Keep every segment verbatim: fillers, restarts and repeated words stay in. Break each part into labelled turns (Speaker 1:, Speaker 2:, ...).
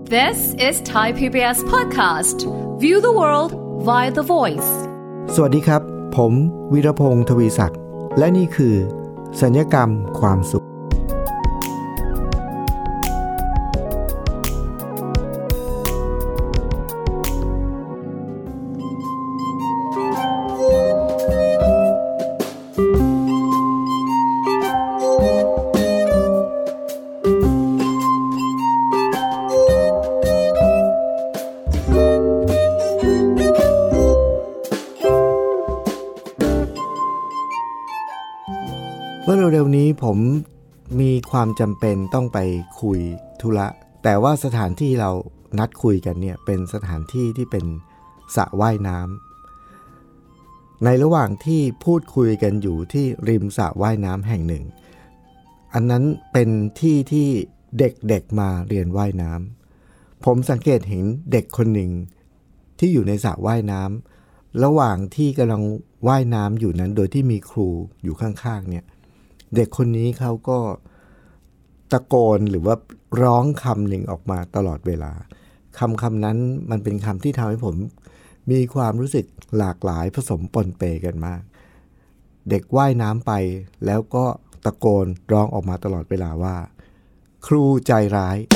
Speaker 1: This is Thai พี บี เอส podcast. View the world via the voice.
Speaker 2: สวัสดีครับผมวีรพงศ์ทวีศักดิ์และนี่คือสัญญกรรมความสุขเมื่อเร็วๆนี้ผมมีความจำเป็นต้องไปคุยธุระแต่ว่าสถานที่เรานัดคุยกันเนี่ยเป็นสถานที่ที่เป็นสระว่ายน้ำในระหว่างที่พูดคุยกันอยู่ที่ริมสระว่ายน้ำแห่งหนึ่งอันนั้นเป็นที่ที่เด็กๆมาเรียนว่ายน้ำผมสังเกตเห็นเด็กคนหนึ่งที่อยู่ในสระว่ายน้ำระหว่างที่กำลังว่ายน้ำอยู่นั้นโดยที่มีครูอยู่ข้างๆเนี่ยเด็กคนนี้เขาก็ตะโกนหรือว่าร้องคำหนึ่งออกมาตลอดเวลาคำคำนั้นมันเป็นคำที่ทำให้ผมมีความรู้สึกหลากหลายผสมปนเปกันมากเด็กว่ายน้ำไปแล้วก็ตะโกนร้องออกมาตลอดเวลาว่าครูใจร้าย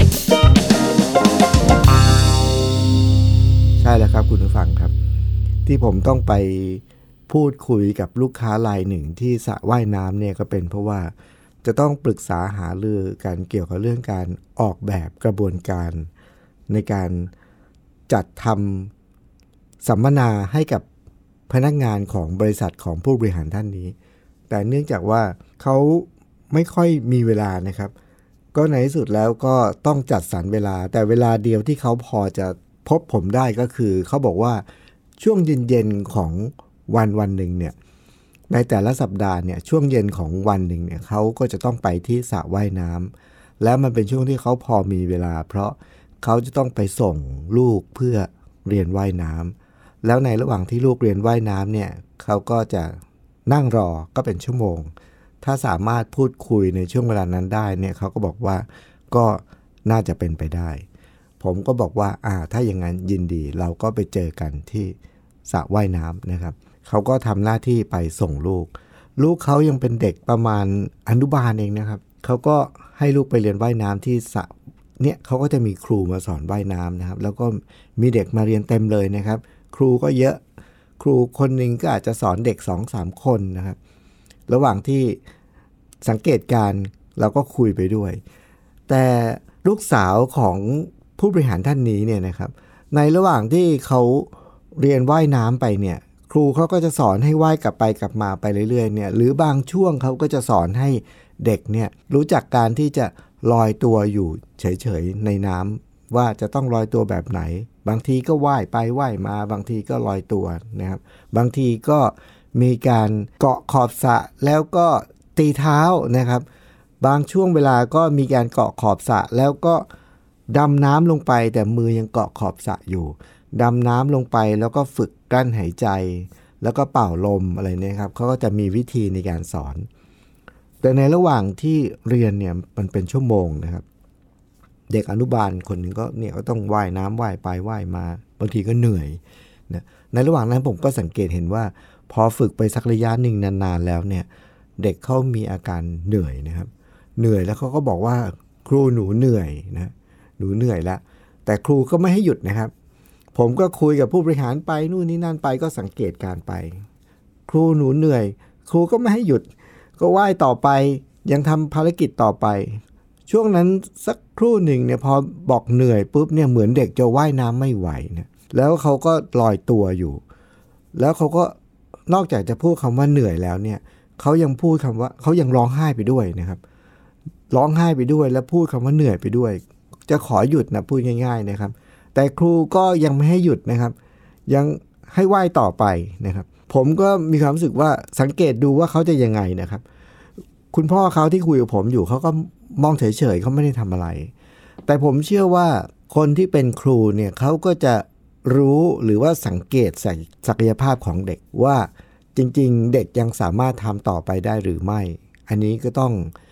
Speaker 2: ใช่แล้วครับคุณผู้ฟังครับที่ผมต้องไปพูดคุยกับลูกค้ารายหนึ่งที่สระว่ายน้ำเนี่ยก็เป็นเพราะว่าจะต้องปรึกษาหารือกันเกี่ยวกับเรื่องการออกแบบกระบวนการในการจัดทำสัมมนาให้กับพนักงานของบริษัทของผู้บริหารท่านนี้แต่เนื่องจากว่าเขาไม่ค่อยมีเวลานะครับก็ในที่สุดแล้วก็ต้องจัดสรรเวลาแต่เวลาเดียวที่เขาพอจะพบผมได้ก็คือเขาบอกว่าช่วงเย็นๆของวันวันหนึ่งเนี่ยในแต่ละสัปดาห์เนี่ยช่วงเย็นของวันหนึ่งเนี่ยเขาก็จะต้องไปที่สระว่ายน้ำแล้วมันเป็นช่วงที่เขาพอมีเวลาเพราะเขาจะต้องไปส่งลูกเพื่อเรียนว่ายน้ำแล้วในระหว่างที่ลูกเรียนว่ายน้ำเนี่ยเขาก็จะนั่งรอก็เป็นชั่วโมงถ้าสามารถพูดคุยในช่วงเวลานั้นได้เนี่ยเขาก็บอกว่าก็น่าจะเป็นไปได้ผมก็บอกว่าอ่าถ้าอย่างนั้นยินดีเราก็ไปเจอกันที่สระว่ายน้ำนะครับเขาก็ทำหน้าที่ไปส่งลูกลูกเขายังเป็นเด็กประมาณอนุบาลเองนะครับเขาก็ให้ลูกไปเรียนว่ายน้ำที่สระเนี่ยเขาก็จะมีครูมาสอนว่ายน้ำนะครับแล้วก็มีเด็กมาเรียนเต็มเลยนะครับครูก็เยอะครูคนหนึ่งก็อาจจะสอนเด็ก สองสาม คนนะครับระหว่างที่สังเกตการเราก็คุยไปด้วยแต่ลูกสาวของผู้บริหารท่านนี้เนี่ยนะครับในระหว่างที่เขาเรียนว่ายน้ำไปเนี่ยครูเขาก็จะสอนให้ว่ายกลับไปกลับมาไปเรื่อยๆเนี่ยหรือบางช่วงเขาก็จะสอนให้เด็กเนี่ยรู้จักการที่จะลอยตัวอยู่เฉยๆในน้ำว่าจะต้องลอยตัวแบบไหนบางทีก็ว่ายไปว่ายมาบางทีก็ลอยตัวนะครับบางทีก็มีการเกาะขอบสระแล้วก็ตีเท้านะครับบางช่วงเวลาก็มีการเกาะขอบสระแล้วก็ดำน้ำลงไปแต่มือยังเกาะขอบสระอยู่ดำน้ำลงไปแล้วก็ฝึกกลั้นหายใจแล้วก็เป่าลมอะไรเนี่ยครับเขาก็จะมีวิธีในการสอนแต่ในระหว่างที่เรียนเนี่ยมันเป็นชั่วโมงนะครับเด็กอนุบาลคนหนึ่งก็เนี่ยก็ต้องว่ายน้ำว่ายไปว่ายมาบางทีก็เหนื่อยนะในระหว่างนั้นผมก็สังเกตเห็นว่าพอฝึกไปสักระยะหนึ่งนานๆแล้วเนี่ยเด็กเขามีอาการเหนื่อยนะครับเหนื่อยแล้วเขาก็บอกว่าครูหนูเหนื่อยนะหนูเหนื่อยแล้วแต่ครูก็ไม่ให้หยุดนะครับผมก็คุยกับผู้บริหารไปนู่นนี่นั่นไปก็สังเกตการไปครูหนูเหนื่อยครูก็ไม่ให้หยุดก็ว่ายต่อไปยังทำภารกิจต่อไปช่วงนั้นสักครู่หนึ่งเนี่ยพอบอกเหนื่อยปุ๊บเนี่ยเหมือนเด็กจะว่ายน้ำไม่ไหวนะแล้วเขาก็ลอยตัวอยู่แล้วเขาก็นอกจากจะพูดคำว่าเหนื่อยแล้วเนี่ยเขายังพูดคำว่าเขายังร้องไห้ไปด้วยนะครับร้องไห้ไปด้วยแล้วพูดคำว่าเหนื่อยไปด้วยจะขอหยุดนะพูดง่ายๆนะครับแต่ครูก็ยังไม่ให้หยุดนะครับยังให้ว่ายต่อไปนะครับผมก็มีความรู้สึกว่าสังเกตดูว่าเขาจะยังไงนะครับคุณพ่อเขาที่คุยกับผมอยู่เขาก็มองเฉยๆเขาไม่ได้ทำอะไรแต่ผมเชื่อว่าคนที่เป็นครูเนี่ยเขาก็จะรู้หรือว่าสังเกตศักยภาพของเด็กว่าจริงๆเด็กยังสามารถทำต่อไปได้หรือไม่อันนี้ก็ต้อง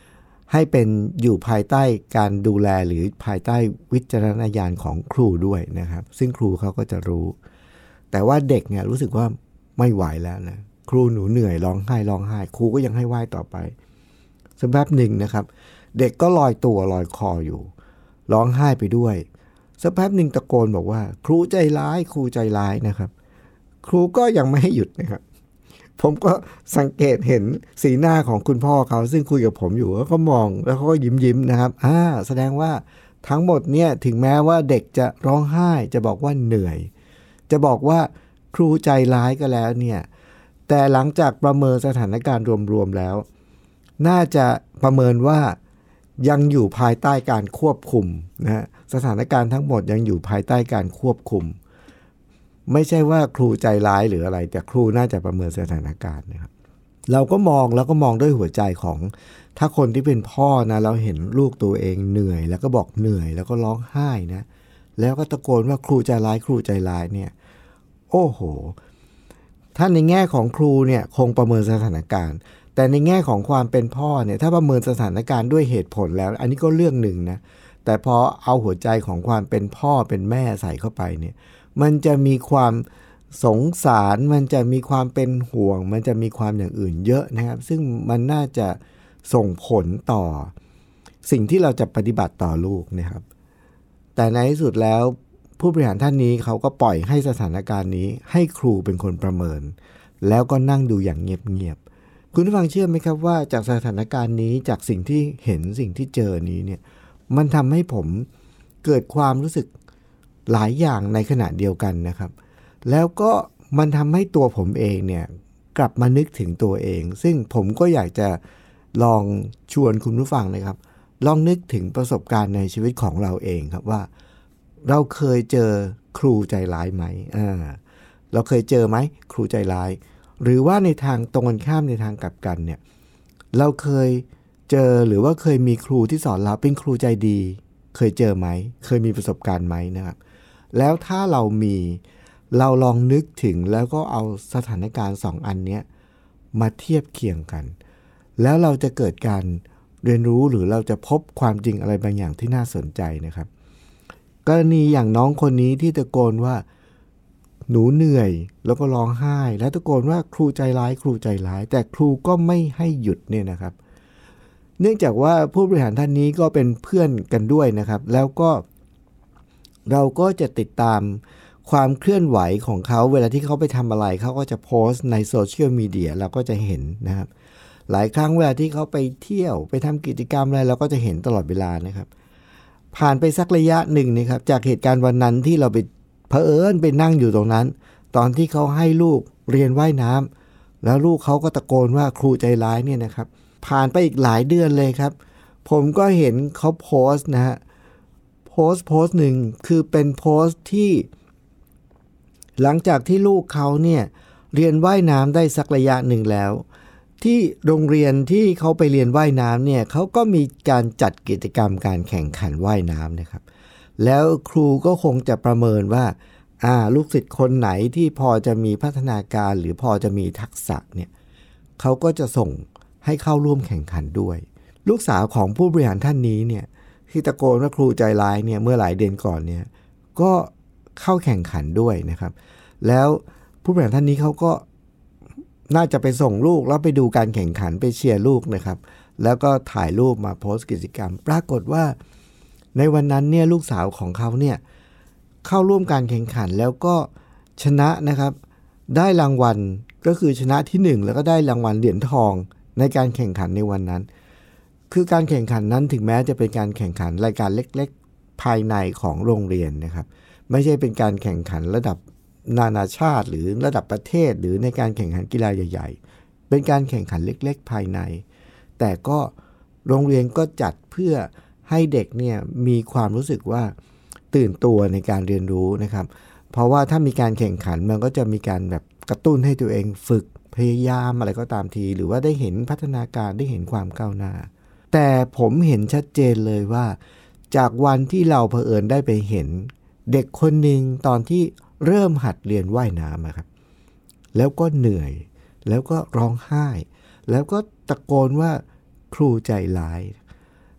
Speaker 2: ให้เป็นอยู่ภายใต้การดูแลหรือภายใต้วิจารณญาณของครูด้วยนะครับซึ่งครูเขาก็จะรู้แต่ว่าเด็กเนี่ยรู้สึกว่าไม่ไหวแล้วนะครูหนูเหนื่อยร้องไห้ร้องไห้ครูก็ยังให้ไหว้ต่อไปสักแป๊บหนึ่งนะครับเด็กก็ลอยตัวลอยคออยู่ร้องไห้ไปด้วยสักแป๊บหนึ่งตะโกนบอกว่าครูใจร้ายครูใจร้ายนะครับครูก็ยังไม่ให้หยุดนะครับผมก็สังเกตเห็นสีหน้าของคุณพ่อเขาซึ่งคุยกับผมอยู่แล้วก็มองแล้วเขาก็ยิ้มยิ้มนะครับอ่าแสดงว่าทั้งหมดเนี่ยถึงแม้ว่าเด็กจะร้องไห้จะบอกว่าเหนื่อยจะบอกว่าครูใจร้ายก็แล้วเนี่ยแต่หลังจากประเมินสถานการณ์รวมๆแล้วน่าจะประเมินว่ายังอยู่ภายใต้การควบคุมนะฮะสถานการณ์ทั้งหมดยังอยู่ภายใต้การควบคุมไม่ใช่ว่าครูใจร้ายหรืออะไรแต่ครูน่าจะประเมินสถานการณ์นะครับเราก็มองแล้วก็มองด้วยหัวใจของถ้าคนที่เป็นพ่อนะเราเห็นลูกตัวเองเหนื่อยแล้วก็บอกเหนื่อยแล้วก็ร้องไห้นะแล้วก็ตะโกนว่าครูใจร้ายครูใจร้ายเนี่ยโอ้โหถ้าในแง่ของครูเนี่ยคงประเมินสถานการณ์แต่ในแง่ของความเป็นพ่อเนี่ยถ้าประเมินสถานการณ์ด้วยเหตุผลแล้วอันนี้ก็เรื่องหนึ่งนะแต่พอเอาหัวใจของความเป็นพ่อเป็นแม่ใส่เข้าไปเนี่ยมันจะมีความสงสารมันจะมีความเป็นห่วงมันจะมีความอย่างอื่นเยอะนะครับซึ่งมันน่าจะส่งผลต่อสิ่งที่เราจะปฏิบัติต่อลูกนะครับแต่ในที่สุดแล้วผู้บริหารท่านนี้เขาก็ปล่อยให้สถานการณ์นี้ให้ครูเป็นคนประเมินแล้วก็นั่งดูอย่างเงียบๆคุณผู้ฟังเชื่อไหมครับว่าจากสถานการณ์นี้จากสิ่งที่เห็นสิ่งที่เจอนี้เนี่ยมันทำให้ผมเกิดความรู้สึกหลายอย่างในขณะเดียวกันนะครับแล้วก็มันทำให้ตัวผมเองเนี่ยกลับมานึกถึงตัวเองซึ่งผมก็อยากจะลองชวนคุณผู้ฟังนะครับลองนึกถึงประสบการณ์ในชีวิตของเราเองครับว่าเราเคยเจอครูใจร้ายไหมอ่าเราเคยเจอไหมครูใจร้ายหรือว่าในทางตรงกันข้ามในทางกลับกันเนี่ยเราเคยเจอหรือว่าเคยมีครูที่สอนเราเป็นครูใจดีเคยเจอไหมเคยมีประสบการณ์ไหมนะครับแล้วถ้าเรามีเราลองนึกถึงแล้วก็เอาสถานการณ์สองอันนี้มาเทียบเคียงกันแล้วเราจะเกิดการเรียนรู้หรือเราจะพบความจริงอะไรบางอย่างที่น่าสนใจนะครับกรณีอย่างน้องคนนี้ที่ตะโกนว่าหนูเหนื่อยแล้วก็ร้องไห้แล้วตะโกนว่าครูใจร้ายครูใจร้ายแต่ครูก็ไม่ให้หยุดเนี่ยนะครับเนื่องจากว่าผู้บริหารท่านนี้ก็เป็นเพื่อนกันด้วยนะครับแล้วก็เราก็จะติดตามความเคลื่อนไหวของเขาเวลาที่เขาไปทำอะไรเขาก็จะโพสต์ในโซเชียลมีเดียเราก็จะเห็นนะครับหลายครั้งเวลาที่เขาไปเที่ยวไปทำกิจกรรมอะไรเราก็จะเห็นตลอดเวลานะครับผ่านไปสักระยะหนึ่งนะครับจากเหตุการณ์วันนั้นที่เราไปเผอิญไปนั่งอยู่ตรงนั้นตอนที่เขาให้ลูกเรียนว่ายน้ำแล้วลูกเขาก็ตะโกนว่าครูใจร้ายเนี่ยนะครับผ่านไปอีกหลายเดือนเลยครับผมก็เห็นเขาโพสต์นะฮะโพสต์โพสต์หนึ่งคือเป็นโพสต์ที่หลังจากที่ลูกเขาเนี่ยเรียนว่ายน้ำได้สักระยะหนึ่งแล้วที่โรงเรียนที่เขาไปเรียนว่ายน้ำเนี่ยเขาก็มีการจัดกิจกรรมการแข่งขันว่ายน้ำนะครับแล้วครูก็คงจะประเมินว่าอ่าลูกศิษย์คนไหนที่พอจะมีพัฒนาการหรือพอจะมีทักษะเนี่ยเขาก็จะส่งให้เข้าร่วมแข่งขันด้วยลูกสาวของผู้บริหารท่านนี้เนี่ยที่ตะโกนว่าครูใจร้ายเนี่ยเมื่อหลายเดือนก่อนเนี่ยก็เข้าแข่งขันด้วยนะครับแล้วผู้บริหารท่านนี้เขาก็น่าจะไปส่งลูกแล้วไปดูการแข่งขันไปเชียร์ลูกนะครับแล้วก็ถ่ายรูปมาโพสต์กิจกรรมปรากฏว่าในวันนั้นเนี่ยลูกสาวของเขาเนี่ยเข้าร่วมการแข่งขันแล้วก็ชนะนะครับได้รางวัลก็คือชนะที่หนึ่งแล้วก็ได้รางวัลเหรียญทองในการแข่งขันในวันนั้นคือการแข่งขันนั้นถึงแม้จะเป็นการแข่งขันรายการเล็กๆภายในของโรงเรียนนะครับไม่ใช่เป็นการแข่งขันระดับนานาชาติหรือระดับประเทศหรือในการแข่งขันกีฬาใหญ่ๆเป็นการแข่งขันเล็กๆภายในแต่ก็โรงเรียนก็จัดเพื่อให้เด็กเนี่ยมีความรู้สึกว่าตื่นตัวในการเรียนรู้นะครับเพราะว่าถ้ามีการแข่งขันมันก็จะมีการแบบกระตุ้นให้ตัวเองฝึกพยายามอะไรก็ตามทีหรือว่าได้เห็นพัฒนาการได้เห็นความก้าวหน้าแต่ผมเห็นชัดเจนเลยว่าจากวันที่เราเผอิญได้ไปเห็นเด็กคนหนึ่งตอนที่เริ่มหัดเรียนว่ายน้ำครับแล้วก็เหนื่อยแล้วก็ร้องไห้แล้วก็ตะโกนว่าครูใจร้าย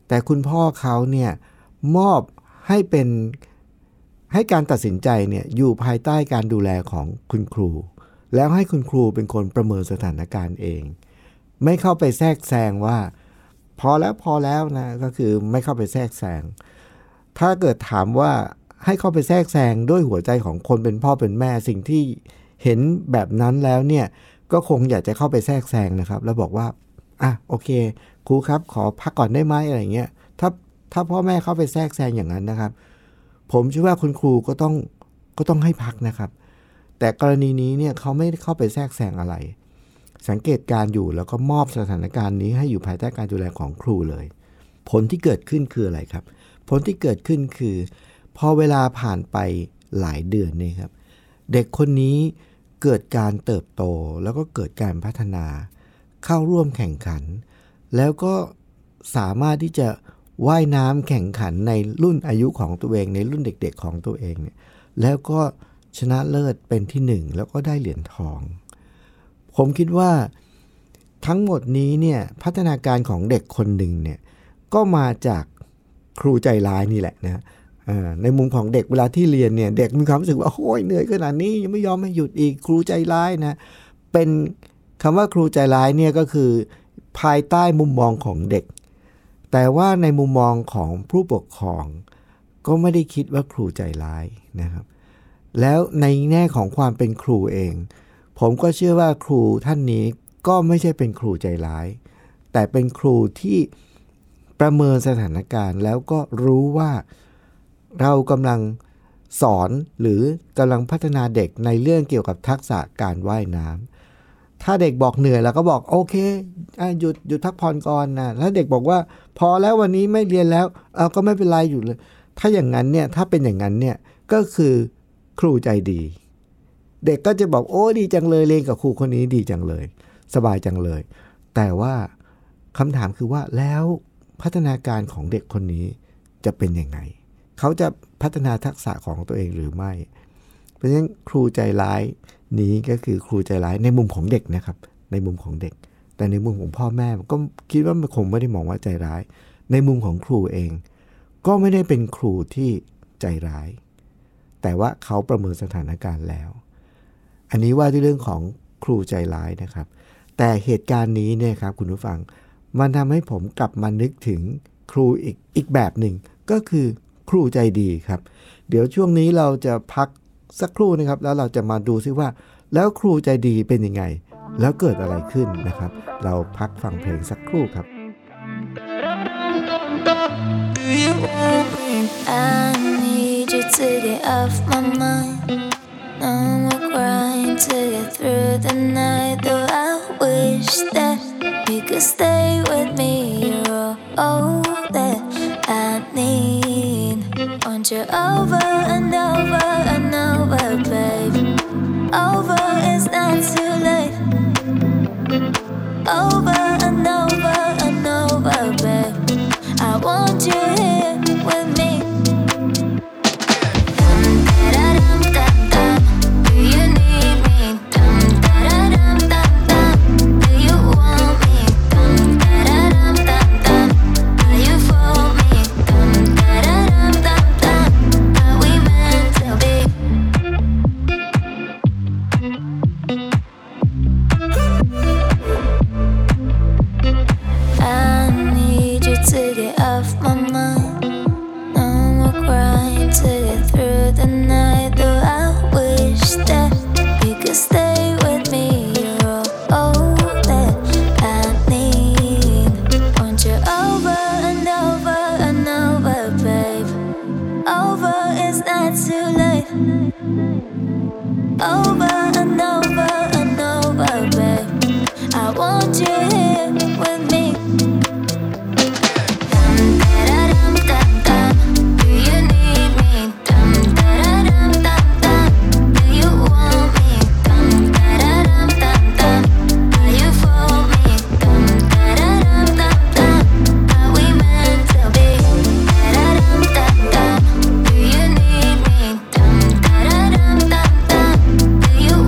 Speaker 2: แต่คุณพ่อเขาเนี่ยมอบให้เป็นให้การตัดสินใจเนี่ยอยู่ภายใต้การดูแลของคุณครูแล้วให้คุณครูเป็นคนประเมินสถานการณ์เองไม่เข้าไปแทรกแซงว่าพอแล้วพอแล้วนะก็คือไม่เข้าไปแทรกแซงถ้าเกิดถามว่าให้เข้าไปแทรกแซงด้วยหัวใจของคนเป็นพ่อเป็นแม่สิ่งที่เห็นแบบนั้นแล้วเนี่ยก็คงอยากจะเข้าไปแทรกแซงนะครับแล้วบอกว่าอ่ะโอเคครูครับขอพักก่อนได้ไหมอะไรเงี้ยถ้าถ้าพ่อแม่เข้าไปแทรกแซงอย่างนั้นนะครับผมเชื่อว่าคุณครูก็ต้องก็ต้องให้พักนะครับแต่กรณีนี้เนี่ยเขาไม่เข้าไปแทรกแซงอะไรสังเกตการอยู่แล้วก็มอบสถานการณ์นี้ให้อยู่ภายใต้การดูแลของครูเลยผลที่เกิดขึ้นคืออะไรครับผลที่เกิดขึ้นคือพอเวลาผ่านไปหลายเดือนนี่ครับเด็กคนนี้เกิดการเติบโตแล้วก็เกิดการพัฒนาเข้าร่วมแข่งขันแล้วก็สามารถที่จะว่ายน้ำแข่งขันในรุ่นอายุของตัวเองในรุ่นเด็กๆของตัวเองเนี่ยแล้วก็ชนะเลิศเป็นที่หนึ่งแล้วก็ได้เหรียญทองผมคิดว่าทั้งหมดนี้เนี่ยพัฒนาการของเด็กคนหนึ่งเนี่ยก็มาจากครูใจร้ายนี่แหละนะในมุมของเด็กเวลาที่เรียนเนี่ยเด็กมีความรู้สึกว่าโอ้ยเหนื่อยขนาดนี้ยังไม่ยอมให้หยุดอีกครูใจร้ายนะเป็นคำว่าครูใจร้ายเนี่ยก็คือภายใต้มุมมองของเด็กแต่ว่าในมุมมองของผู้ปกครองก็ไม่ได้คิดว่าครูใจร้ายนะครับแล้วในแง่ของความเป็นครูเองผมก็เชื่อว่าครูท่านนี้ก็ไม่ใช่เป็นครูใจร้ายแต่เป็นครูที่ประเมินสถานการณ์แล้วก็รู้ว่าเรากำลังสอนหรือกำลังพัฒนาเด็กในเรื่องเกี่ยวกับทักษะการว่ายน้ำถ้าเด็กบอกเหนื่อยแล้วก็บอกโอเคหยุดหยุดพักผ่อนก่อนนะถ้าเด็กบอกว่าพอแล้ววันนี้ไม่เรียนแล้วเอาก็ไม่เป็นไรอยู่เลยถ้าอย่างนั้นเนี่ยถ้าเป็นอย่างนั้นเนี่ยก็คือครูใจดีเด็กก็จะบอกโอ้ดีจังเลยเรียนกับครูคนนี้ดีจังเลยสบายจังเลยแต่ว่าคำถามคือว่าแล้วพัฒนาการของเด็กคนนี้จะเป็นยังไงเขาจะพัฒนาทักษะของตัวเองหรือไม่เพราะฉะนั้นครูใจร้ายนี้ก็คือครูใจร้ายในมุมของเด็กนะครับในมุมของเด็กแต่ในมุมของพ่อแม่ก็คิดว่ามันคงไม่ได้มองว่าใจร้ายในมุมของครูเองก็ไม่ได้เป็นครูที่ใจร้ายแต่ว่าเขาประเมินสถานการณ์แล้วอันนี้ว่าด้วยเรื่องของครูใจร้ายนะครับแต่เหตุการณ์นี้เนี่ยครับคุณผู้ฟังมันทำให้ผมกลับมานึกถึงครูอีกอีกแบบหนึ่งก็คือครูใจดีครับเดี๋ยวช่วงนี้เราจะพักสักครู่นะครับแล้วเราจะมาดูซิว่าแล้วครูใจดีเป็นยังไงแล้วเกิดอะไรขึ้นนะครับเราพักฟังเพลงสักครู่ครับ
Speaker 3: I need you to get off my mind. No more crying to get through the night. Though I wish that you could stay with me. You're all that I need. Want you over and over and over, babe. Over is not too late. Over and over and over, babe. I want you here with me. Dum da dum dum dum. Do you need me? Dum da dum dum dum. Do you want me? Dum da dum dum dum. Are you for me? Dum da dum dum dum. Are we meant to be? I need you to get off my mind. No more crying to get through the night. Though I wish that you could stay with me. You're all that I need. Want you over and over and over, babe. Over is not too late. Over and over and over, babe. I want you here with me. Dum da dum dum dum. Do you need me? Dum da dum dum dum. Do you want me? Dum da dum dum dum. Are you for me? Dum da dum dum dum. Are we meant to be? Da dum dum dum. Do you need me? Dum da dum dum dum. Do you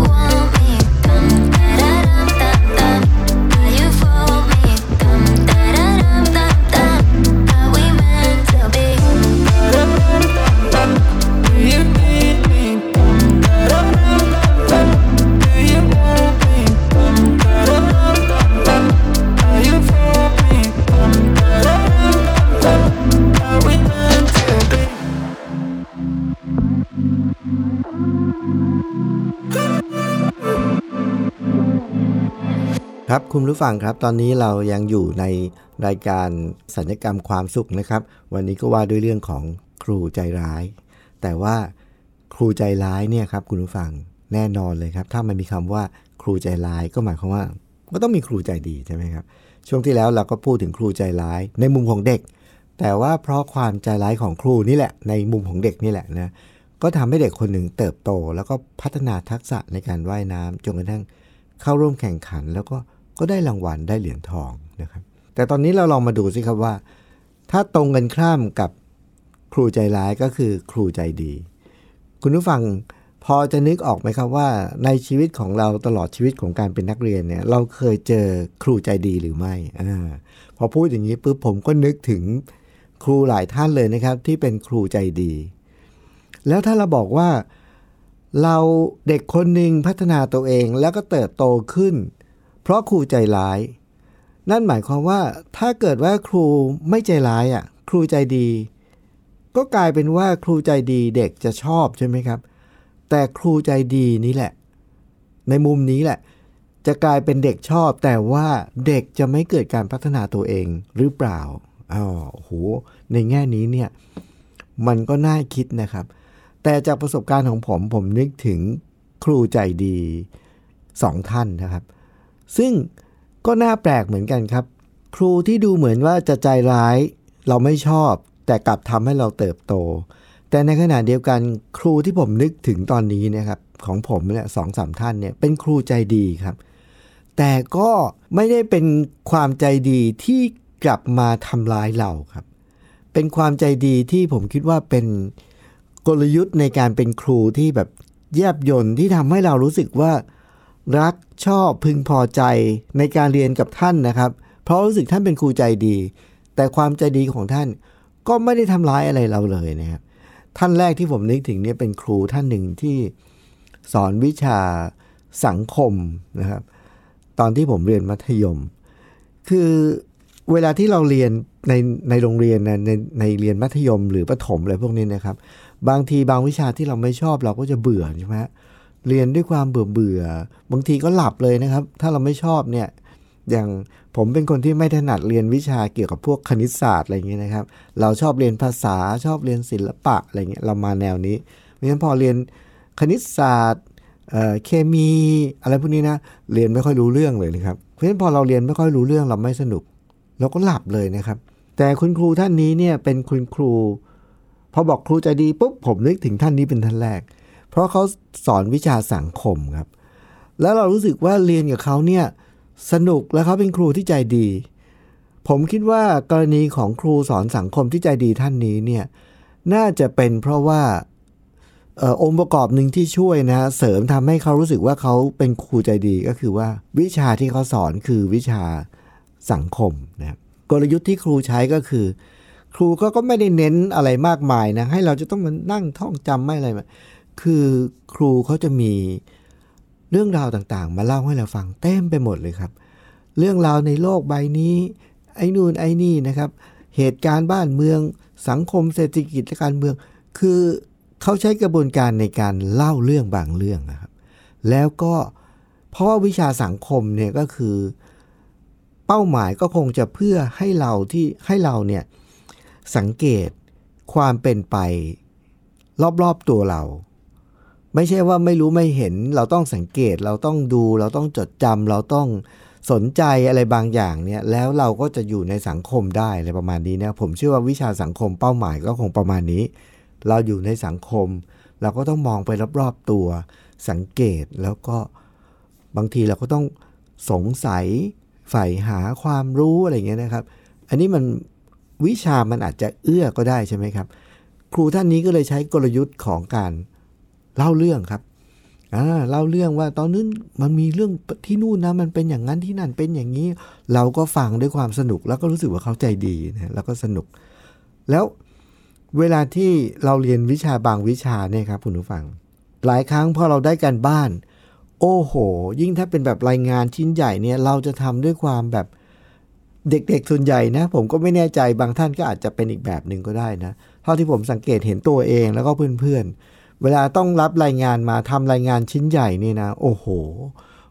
Speaker 2: ครับคุณผู้ฟังครับตอนนี้เรายังอยู่ในรายการสัญญกรรมความสุขนะครับวันนี้ก็ว่าด้วยเรื่องของครูใจร้ายแต่ว่าครูใจร้ายเนี่ยครับคุณผู้ฟังแน่นอนเลยครับถ้ามันมีคำว่าครูใจร้ายก็หมายความว่าก็ต้องมีครูใจดีใช่ไหมครับช่วงที่แล้วเราก็พูดถึงครูใจร้ายในมุมของเด็กแต่ว่าเพราะความใจร้ายของครูนี่แหละในมุมของเด็กนี่แหละนะก็ทำให้เด็กคนหนึ่งเติบโตแล้วก็พัฒนาทักษะในการว่ายน้ำจนกระทั่งเข้าร่วมแข่งขันแล้วก็ก็ได้รางวัลได้เหรียญทองนะครับแต่ตอนนี้เราลองมาดูสิครับว่าถ้าตรงกันข้ามกับครูใจร้ายก็คือครูใจดีคุณผู้ฟังพอจะนึกออกไหมครับว่าในชีวิตของเราตลอดชีวิตของการเป็นนักเรียนเนี่ยเราเคยเจอครูใจดีหรือไม่อ่าพอพูดอย่างนี้ปุ๊บผมก็นึกถึงครูหลายท่านเลยนะครับที่เป็นครูใจดีแล้วถ้าเราบอกว่าเราเด็กคนหนึ่งพัฒนาตัวเองแล้วก็เติบโตขึ้นเพราะครูใจร้ายนั่นหมายความว่าถ้าเกิดว่าครูไม่ใจร้ายอ่ะครูใจดีก็กลายเป็นว่าครูใจดีเด็กจะชอบใช่ไหมครับแต่ครูใจดีนี่แหละในมุมนี้แหละจะกลายเป็นเด็กชอบแต่ว่าเด็กจะไม่เกิดการพัฒนาตัวเองหรือเปล่าอ้าวโหในแง่นี้เนี่ยมันก็น่าคิดนะครับแต่จากประสบการณ์ของผมผมนึกถึงครูใจดีสองท่านนะครับซึ่งก็น่าแปลกเหมือนกันครับครูที่ดูเหมือนว่าจะใจร้ายเราไม่ชอบแต่กลับทำให้เราเติบโตแต่ในขณะเดียวกันครูที่ผมนึกถึงตอนนี้นะครับของผมเนี่ยสองสามท่านเนี่ยเป็นครูใจดีครับแต่ก็ไม่ได้เป็นความใจดีที่กลับมาทำร้ายเราครับเป็นความใจดีที่ผมคิดว่าเป็นกลยุทธ์ในการเป็นครูที่แบบแยบยลที่ทำให้เรารู้สึกว่ารักชอบพึงพอใจในการเรียนกับท่านนะครับเพราะรู้สึกท่านเป็นครูใจดีแต่ความใจดีของท่านก็ไม่ได้ทำร้ายอะไรเราเลยนะครับท่านแรกที่ผมนึกถึงเนี่ยเป็นครูท่านหนึ่งที่สอนวิชาสังคมนะครับตอนที่ผมเรียนมัธยมคือเวลาที่เราเรียนในในโรงเรียนนะในในเรียนมัธยมหรือประถมอะไรพวกนี้นะครับบางทีบางวิชาที่เราไม่ชอบเราก็จะเบื่อใช่ไหมเรียนด้วยความเบื่อเบื่อบางทีก็หลับเลยนะครับถ้าเราไม่ชอบเนี่ยอย่างผมเป็นคนที่ไม่ถนัดเรียนวิชาเกี่ยวกับพวกคณิตศาสตร์อะไรอย่างเงี้ยนะครับเราชอบเรียนภาษาชอบเรียนศิลปะอะไรเงี้ยเรามาแนวนี้เพราะฉะนั้นพอเรียนคณิตศาสตร์เอ่อเคมีอะไรพวกนี้นะเรียนไม่ค่อยรู้เรื่องเลยนะครับเพราะฉะนั้นพอเราเรียนไม่ค่อยรู้เรื่องเราไม่สนุกเราก็หลับเลยนะครับแต่คุณครูท่านนี้เนี่ยเป็นคุณครูพอบอกครูใจดีปุ๊บผมนึกถึงท่านนี้เป็นท่านแรกเพราะเขาสอนวิชาสังคมครับแล้วเรารู้สึกว่าเรียนกับเขาเนี่ยสนุกและเขาเป็นครูที่ใจดีผมคิดว่ากรณีของครูสอนสังคมที่ใจดีท่านนี้เนี่ยน่าจะเป็นเพราะว่าเอ่อองค์ประกอบหนึ่งที่ช่วยนะเสริมทำให้เขารู้สึกว่าเขาเป็นครูใจดีก็คือว่าวิชาที่เขาสอนคือวิชาสังคมนะครับกลยุทธ์ที่ครูใช้ก็คือครูก็ก็ไม่ได้เน้นอะไรมากมายนะให้เราจะต้องมานั่งท่องจำไม่อะไรมาคือครูเขาจะมีเรื่องราวต่างๆมาเล่าให้เราฟังเต็มไปหมดเลยครับเรื่องราวในโลกใบนี้ไอ้นู่นไอ้นี่นะครับเหตุการณ์บ้านเมืองสังคมเศรษฐกิจและการเมืองคือเขาใช้กระบวนการในการเล่าเรื่องบางเรื่องนะครับแล้วก็เพราะว่าวิชาสังคมเนี่ยก็คือเป้าหมายก็คงจะเพื่อให้เราที่ให้เราเนี่ยสังเกตความเป็นไปรอบๆตัวเราไม่ใช่ว่าไม่รู้ไม่เห็นเราต้องสังเกตเราต้องดูเราต้องจดจำเราต้องสนใจอะไรบางอย่างเนี่ยแล้วเราก็จะอยู่ในสังคมได้อะไรประมาณนี้นะผมเชื่อว่าวิชาสังคมเป้าหมายก็คงประมาณนี้เราอยู่ในสังคมเราก็ต้องมองไปรอบๆตัวสังเกตแล้วก็บางทีเราก็ต้องสงสัยใฝ่หาความรู้อะไรเงี้ยนะครับอันนี้มันวิชามันอาจจะเอื้อก็ได้ใช่ไหมครับครูท่านนี้ก็เลยใช้กลยุทธ์ของการเล่าเรื่องครับอ่าเล่าเรื่องว่าตอนนั้นมันมีเรื่องที่นู่นนะมันเป็นอย่างนั้นที่นั่นเป็นอย่างนี้เราก็ฟังด้วยความสนุกแล้วก็รู้สึกว่าเขาใจดีนะแล้วก็สนุกแล้วเวลาที่เราเรียนวิชาบางวิชาเนี่ยครับคุณผู้ฟังหลายครั้งพอเราได้การบ้านโอ้โหยิ่งถ้าเป็นแบบรายงานชิ้นใหญ่เนี่ยเราจะทำด้วยความแบบเด็กๆส่วนใหญ่นะผมก็ไม่แน่ใจบางท่านก็อาจจะเป็นอีกแบบนึงก็ได้นะเท่าที่ผมสังเกตเห็นตัวเองแล้วก็เพื่อนๆเวลาต้องรับรายงานมาทำรายงานชิ้นใหญ่นี่นะโอ้โห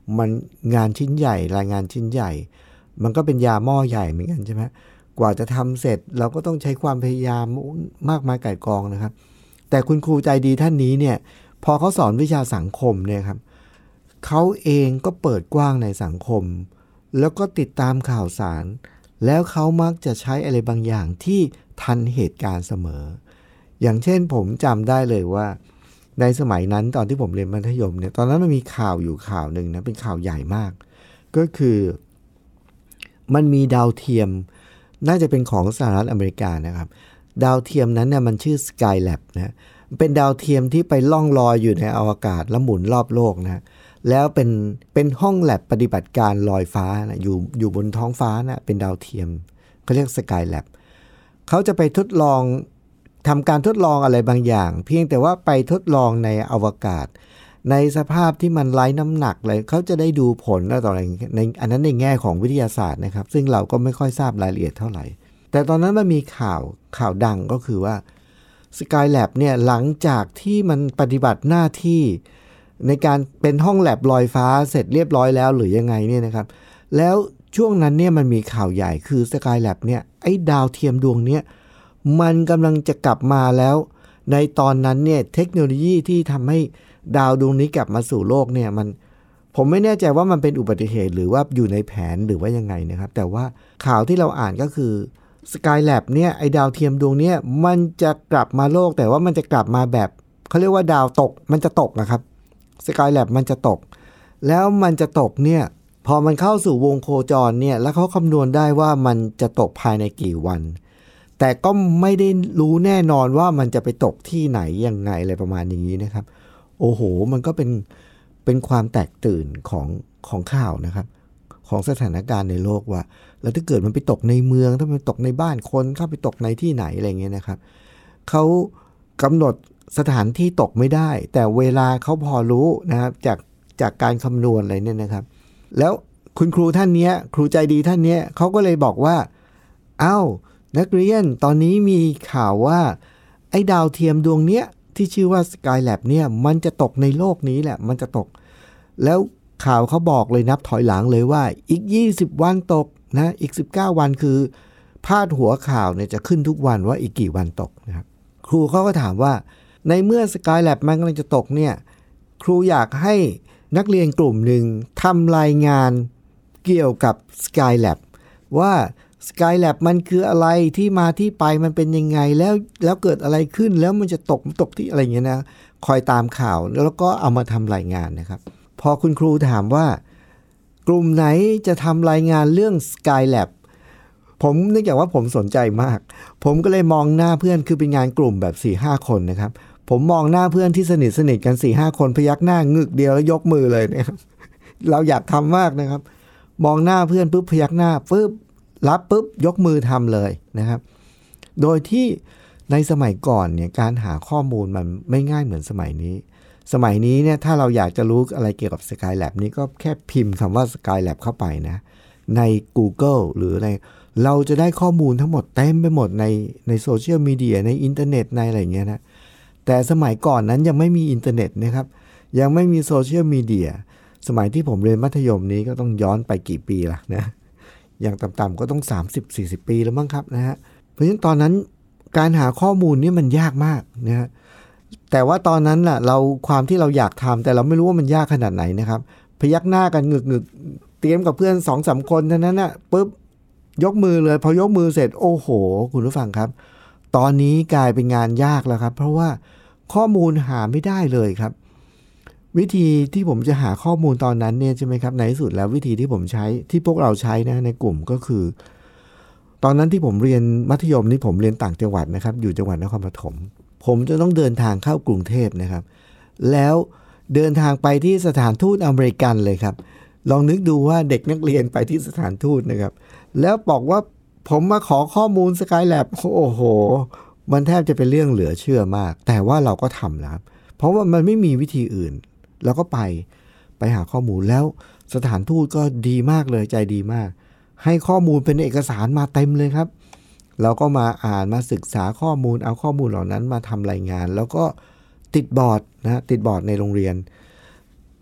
Speaker 2: มันงานชิ้นใหญ่รายงานชิ้นใหญ่มันก็เป็นยาหม้อใหญ่เหมือนกันใช่ไหมกว่าจะทำเสร็จเราก็ต้องใช้ความพยายามมากมายก่ายกองนะครับแต่คุณครูใจดีท่านนี้เนี่ยพอเขาสอนวิชาสังคมเนี่ยครับเขาเองก็เปิดกว้างในสังคมแล้วก็ติดตามข่าวสารแล้วเขามักจะใช้อะไรบางอย่างที่ทันเหตุการณ์เสมออย่างเช่นผมจำได้เลยว่าในสมัยนั้นตอนที่ผมเรียนมัธยมเนี่ยตอนนั้นมันมีข่าวอยู่ข่าวหนึ่งนะเป็นข่าวใหญ่มากก็คือมันมีดาวเทียมน่าจะเป็นของสหรัฐอเมริกานะครับดาวเทียมนั้นเนี่ยมันชื่อ Skylab นะเป็นดาวเทียมที่ไปล่องลอยอยู่ในอวกาศแล้วหมุนรอบโลกนะแล้วเป็นเป็นห้องแลบปฏิบัติการลอยฟ้านะอยู่อยู่บนท้องฟ้านะเป็นดาวเทียมเขาเรียก Skylab เขาจะไปทดลองทำการทดลองอะไรบางอย่างเพียงแต่ว่าไปทดลองในอวกาศในสภาพที่มันไร้น้ำหนักเลยเขาจะได้ดูผลอะไรต่ออะไรในอันนั้นในแง่ของวิทยาศาสตร์นะครับซึ่งเราก็ไม่ค่อยทราบรายละเอียดเท่าไหร่แต่ตอนนั้นมันมีข่าวข่าวดังก็คือว่า Skylab เนี่ยหลังจากที่มันปฏิบัติหน้าที่ในการเป็นห้องแลบลอยฟ้าเสร็จเรียบร้อยแล้วหรือยังไงเนี่ยนะครับแล้วช่วงนั้นเนี่ยมันมีข่าวใหญ่คือ Skylab เนี่ยไอ้ดาวเทียมดวงเนี้ยมันกำลังจะกลับมาแล้วในตอนนั้นเนี่ยเทคโนโลยีที่ทำให้ดาวดวงนี้กลับมาสู่โลกเนี่ยมันผมไม่แน่ใจว่ามันเป็นอุบัติเหตุหรือว่าอยู่ในแผนหรือว่ายังไงนะครับแต่ว่าข่าวที่เราอ่านก็คือ Skylab เนี่ยไอ้ดาวเทียมดวงเนี้ยมันจะกลับมาโลกแต่ว่ามันจะกลับมาแบบเขาเรียกว่าดาวตกมันจะตกนะครับ Skylab มันจะตกแล้วมันจะตกเนี่ยพอมันเข้าสู่วงโคจรเนี่ยแล้วเขาคำนวณได้ว่ามันจะตกภายในกี่วันแต่ก็ไม่ได้รู้แน่นอนว่ามันจะไปตกที่ไหนยังไงอะไรประมาณอย่างนี้นะครับโอ้โหมันก็เป็นเป็นความแตกตื่นของของข่าวนะครับของสถานการณ์ในโลกว่าแล้วถ้าเกิดมันไปตกในเมืองถ้ามันตกในบ้านคนเข้าไปตกในที่ไหนอะไรเงี้ยนะครับเขากำหนดสถานที่ตกไม่ได้แต่เวลาเขาพอรู้นะครับจากจากการคำนวณอะไรเนี่ยนะครับแล้วคุณครูท่านนี้ครูใจดีท่านนี้เขาก็เลยบอกว่าอ้าวนักเรียนตอนนี้มีข่าวว่าไอ้ดาวเทียมดวงเนี้ยที่ชื่อว่า Skylab เนี่ยมันจะตกในโลกนี้แหละมันจะตกแล้วข่าวเขาบอกเลยนับถอยหลังเลยว่าอีกยี่สิบวันตกนะอีกสิบเก้าวันคือพาดหัวข่าวเนี่ยจะขึ้นทุกวันว่าอีกกี่วันตกนะครับครูเขาก็ถามว่าในเมื่อ Skylab มันกำลังจะตกเนี่ยครูอยากให้นักเรียนกลุ่มหนึ่งทำรายงานเกี่ยวกับ Skylab ว่า Skylab มันคืออะไรที่มาที่ไปมันเป็นยังไงแล้วแล้วเกิดอะไรขึ้นแล้วมันจะตกตกที่อะไรอย่างเงี้ยนะคอยตามข่าวแล้วก็เอามาทำรายงานนะครับพอคุณครูถามว่ากลุ่มไหนจะทำรายงานเรื่อง Skylab ผมเนื่องจากว่าผมสนใจมากผมก็เลยมองหน้าเพื่อนคือเป็นงานกลุ่มแบบ สี่ห้า คนนะครับผมมองหน้าเพื่อนที่สนิทสนิทกัน สี่ห้า คนพยักหน้างึกเดียวแล้วยกมือเลยนะครับเราอยากทำมากนะครับมองหน้าเพื่อนปุ๊บพยักหน้าปุ๊บรับปุ๊บยกมือทำเลยนะครับโดยที่ในสมัยก่อนเนี่ยการหาข้อมูลมันไม่ง่ายเหมือนสมัยนี้สมัยนี้เนี่ยถ้าเราอยากจะรู้อะไรเกี่ยวกับ Skylab นี้ก็แค่พิมพ์คำว่า Skylab เข้าไปนะใน Google หรืออะไรเราจะได้ข้อมูลทั้งหมดเต็มไปหมดในในโซเชียลมีเดียในอินเทอร์เน็ตในอะไรอย่างเงี้ยนะแต่สมัยก่อนนั้นยังไม่มีอินเทอร์เน็ตนะครับยังไม่มีโซเชียลมีเดียสมัยที่ผมเรียนมัธยมนี้ก็ต้องย้อนไปกี่ปีล่ะนะอย่างต่ำๆก็ต้อง สามสิบสี่สิบ ปีแล้วมั้งครับนะฮะเพราะฉะนั้นตอนนั้นการหาข้อมูลนี่มันยากมากนะฮะแต่ว่าตอนนั้นล่ะเราความที่เราอยากทำแต่เราไม่รู้ว่ามันยากขนาดไหนนะครับพยักหน้ากันงึกๆเตรียมกับเพื่อน สองสาม คนเท่านั้นน่ะปุ๊บยกมือเลยพอยกมือเสร็จโอ้โหคุณผู้ฟังครับตอนนี้กลายเป็นงานยากแล้วครับเพราะว่าข้อมูลหาไม่ได้เลยครับวิธีที่ผมจะหาข้อมูลตอนนั้นเนี่ยใช่ไหมครับในที่สุดแล้ววิธีที่ผมใช้ที่พวกเราใช้นะในกลุ่มก็คือตอนนั้นที่ผมเรียนมัธยมนี่ผมเรียนต่างจังหวัดนะครับอยู่จังหวัดนครปฐมผมจะต้องเดินทางเข้ากรุงเทพนะครับแล้วเดินทางไปที่สถานทูตอเมริกันเลยครับลองนึกดูว่าเด็กนักเรียนไปที่สถานทูตนะครับแล้วบอกว่าผมมาขอข้อมูล Skylab โอ้โหมันแทบจะเป็นเรื่องเหลือเชื่อมากแต่ว่าเราก็ทำแล้วเพราะว่ามันไม่มีวิธีอื่นเราก็ไปไปหาข้อมูลแล้วสถานทูตก็ดีมากเลยใจดีมากให้ข้อมูลเป็นเอกสารมาเต็มเลยครับเราก็มาอ่านมาศึกษาข้อมูลเอาข้อมูลเหล่านั้นมาทำรายงานแล้วก็ติดบอร์ดนะติดบอร์ดในโรงเรียน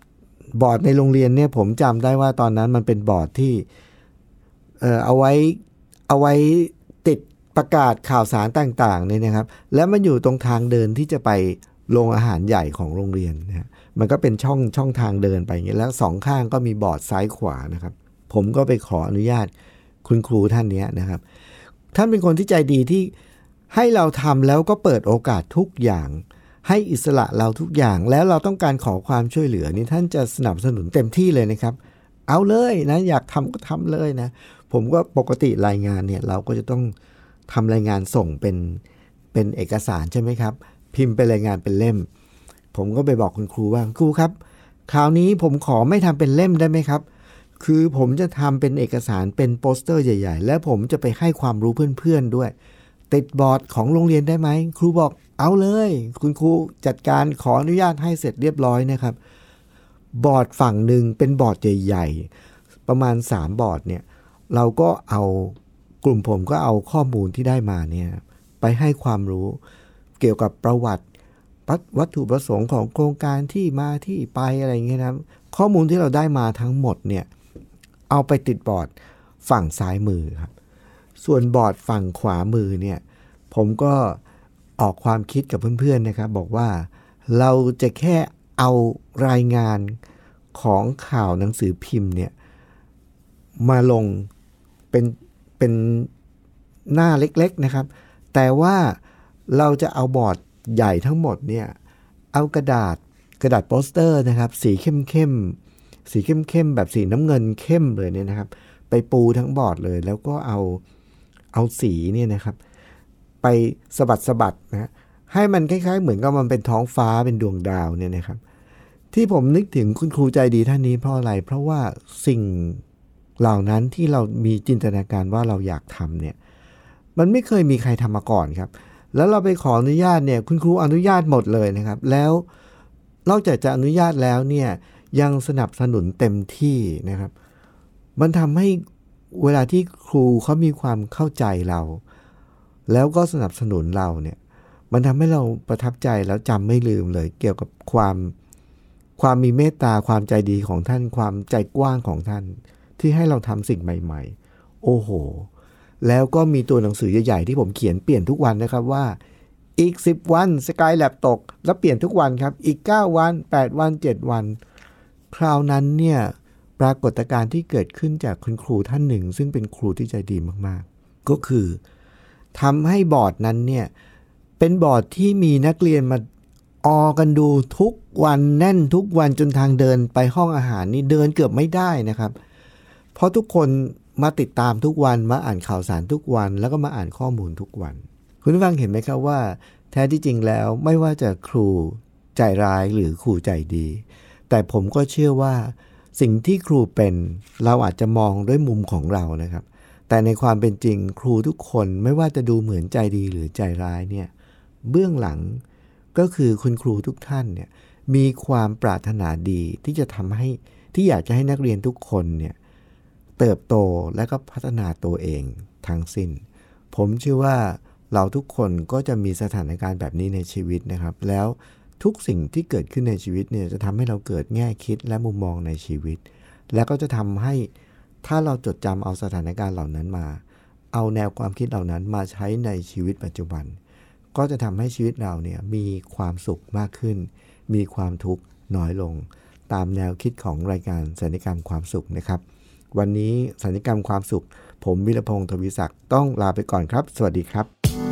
Speaker 2: บอร์ดในโรงเรียนเนี่ยผมจำได้ว่าตอนนั้นมันเป็นบอร์ดที่เอ่อเอาไว้เอาไว้ติดประกาศข่าวสารต่างๆเนี่ยนะครับแล้วมันอยู่ตรงทางเดินที่จะไปโรงอาหารใหญ่ของโรงเรียนนะมันก็เป็นช่องช่องทางเดินไปอย่างเงี้ยแล้วสองข้างก็มีบอร์ดซ้ายขวานะครับผมก็ไปขออนุญาตคุณครูท่านนี้นะครับท่านเป็นคนที่ใจดีที่ให้เราทำแล้วก็เปิดโอกาสทุกอย่างให้อิสระเราทุกอย่างแล้วเราต้องการขอความช่วยเหลือนี่ท่านจะสนับสนุนเต็มที่เลยนะครับเอาเลยนะอยากทำก็ทำเลยนะผมก็ปกติรายงานเนี่ยเราก็จะต้องทำรายงานส่งเป็นเป็นเอกสารใช่ไหมครับพิมพ์ไปรายงานเป็นเล่มผมก็ไปบอกคุณครูว่าครูครับคราวนี้ผมขอไม่ทำเป็นเล่มได้ไหมครับคือผมจะทำเป็นเอกสารเป็นโปสเตอร์ใหญ่ๆและผมจะไปให้ความรู้เพื่อนๆด้วยติดบอร์ดของโรงเรียนได้ไหมครูบอกเอาเลยคุณครูจัดการขออนุญาตให้เสร็จเรียบร้อยนะครับบอร์ดฝั่งหนึ่งเป็นบอร์ดใหญ่ๆประมาณสามบอร์ดเนี่ยเราก็เอากลุ่มผมก็เอาข้อมูลที่ได้มาเนี่ยไปให้ความรู้เกี่ยวกับประวัติวัตถุประสงค์ของโครงการที่มาที่ไปอะไรเงี้ยนะข้อมูลที่เราได้มาทั้งหมดเนี่ยเอาไปติดบอร์ดฝั่งซ้ายมือครับส่วนบอร์ดฝั่งขวามือเนี่ยผมก็ออกความคิดกับเพื่อนๆนะครับบอกว่าเราจะแค่เอารายงานของข่าวหนังสือพิมพ์เนี่ยมาลงเป็นเป็นหน้าเล็กๆนะครับแต่ว่าเราจะเอาบอร์ดใหญ่ทั้งหมดเนี่ยเอากระดาษกระดาษโปสเตอร์นะครับสีเข้มๆสีเข้มๆแบบสีน้ำเงินเข้มเลยเนี่ยนะครับไปปูทั้งบอร์ดเลยแล้วก็เอาเอาสีเนี่ยนะครับไปสะบัดสะบัดนะให้มันคล้ายๆเหมือนกับมันเป็นท้องฟ้าเป็นดวงดาวเนี่ยนะครับที่ผมนึกถึงคุณครูใจดีท่านนี้เพราะอะไรเพราะว่าสิ่งเหล่านั้นที่เรามีจินตนาการว่าเราอยากทำเนี่ยมันไม่เคยมีใครทำมาก่อนครับแล้วเราไปขออนุญาตเนี่ยคุณครูอนุญาตหมดเลยนะครับแล้วนอกจากจะอนุญาตแล้วเนี่ยยังสนับสนุนเต็มที่นะครับมันทำให้เวลาที่ครูเขามีความเข้าใจเราแล้วก็สนับสนุนเราเนี่ยมันทำให้เราประทับใจแล้วจำไม่ลืมเลยเกี่ยวกับความความมีเมตตาความใจดีของท่านความใจกว้างของท่านที่ให้เราทำสิ่งใหม่ๆโอ้โหแล้วก็มีตัวหนังสือใหญ่ๆที่ผมเขียนเปลี่ยนทุกวันนะครับว่าอีกสิบวัน Skylab ตกแล้วเปลี่ยนทุกวันครับอีกเก้าวันแปดวันเจ็ดวันคราวนั้นเนี่ยปรากฏการณ์ที่เกิดขึ้นจากคุณครูท่านหนึ่งซึ่งเป็นครูที่ใจดีมากๆก็คือทำให้บอร์ดนั้นเนี่ยเป็นบอร์ดที่มีนักเรียนมาออกันดูทุกวันแน่นทุกวันจนทางเดินไปห้องอาหารนี่เดินเกือบไม่ได้นะครับเพราะทุกคนมาติดตามทุกวันมาอ่านข่าวสารทุกวันแล้วก็มาอ่านข้อมูลทุกวันคุณผู้ฟังเห็นไหมครับว่าแท้ที่จริงแล้วไม่ว่าจะครูใจร้ายหรือครูใจดีแต่ผมก็เชื่อว่าสิ่งที่ครูเป็นเราอาจจะมองด้วยมุมของเรานะครับแต่ในความเป็นจริงครูทุกคนไม่ว่าจะดูเหมือนใจดีหรือใจร้ายเนี่ยเบื้องหลังก็คือคุณครูทุกท่านเนี่ยมีความปรารถนาดีที่จะทำให้ที่อยากจะให้นักเรียนทุกคนเนี่ยเติบโตและก็พัฒนาตัวเองทั้งสิ้นผมเชื่อว่าเราทุกคนก็จะมีสถานการณ์แบบนี้ในชีวิตนะครับแล้วทุกสิ่งที่เกิดขึ้นในชีวิตเนี่ยจะทำให้เราเกิดแง่คิดและมุมมองในชีวิตและก็จะทำให้ถ้าเราจดจำเอาสถานการณ์เหล่านั้นมาเอาแนวความคิดเหล่านั้นมาใช้ในชีวิตปัจจุบันก็จะทำให้ชีวิตเราเนี่ยมีความสุขมากขึ้นมีความทุกข์น้อยลงตามแนวคิดของรายการสัญญกรรมความสุขนะครับวันนี้สัญญกรรมความสุขผมวิรพงษ์ทวีศักดิ์ต้องลาไปก่อนครับสวัสดีครับ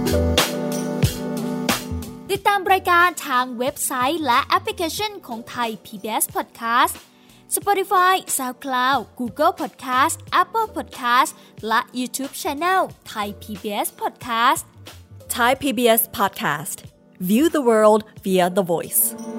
Speaker 1: ติดตามรายการทางเว็บไซต์และแอปพลิเคชันของไทย พี บี เอส Podcast Spotify, SoundCloud, Google Podcast, Apple Podcast และ YouTube Channel Thai พี บี เอส Podcast
Speaker 4: Thai พี บี เอส Podcast View the world via the voice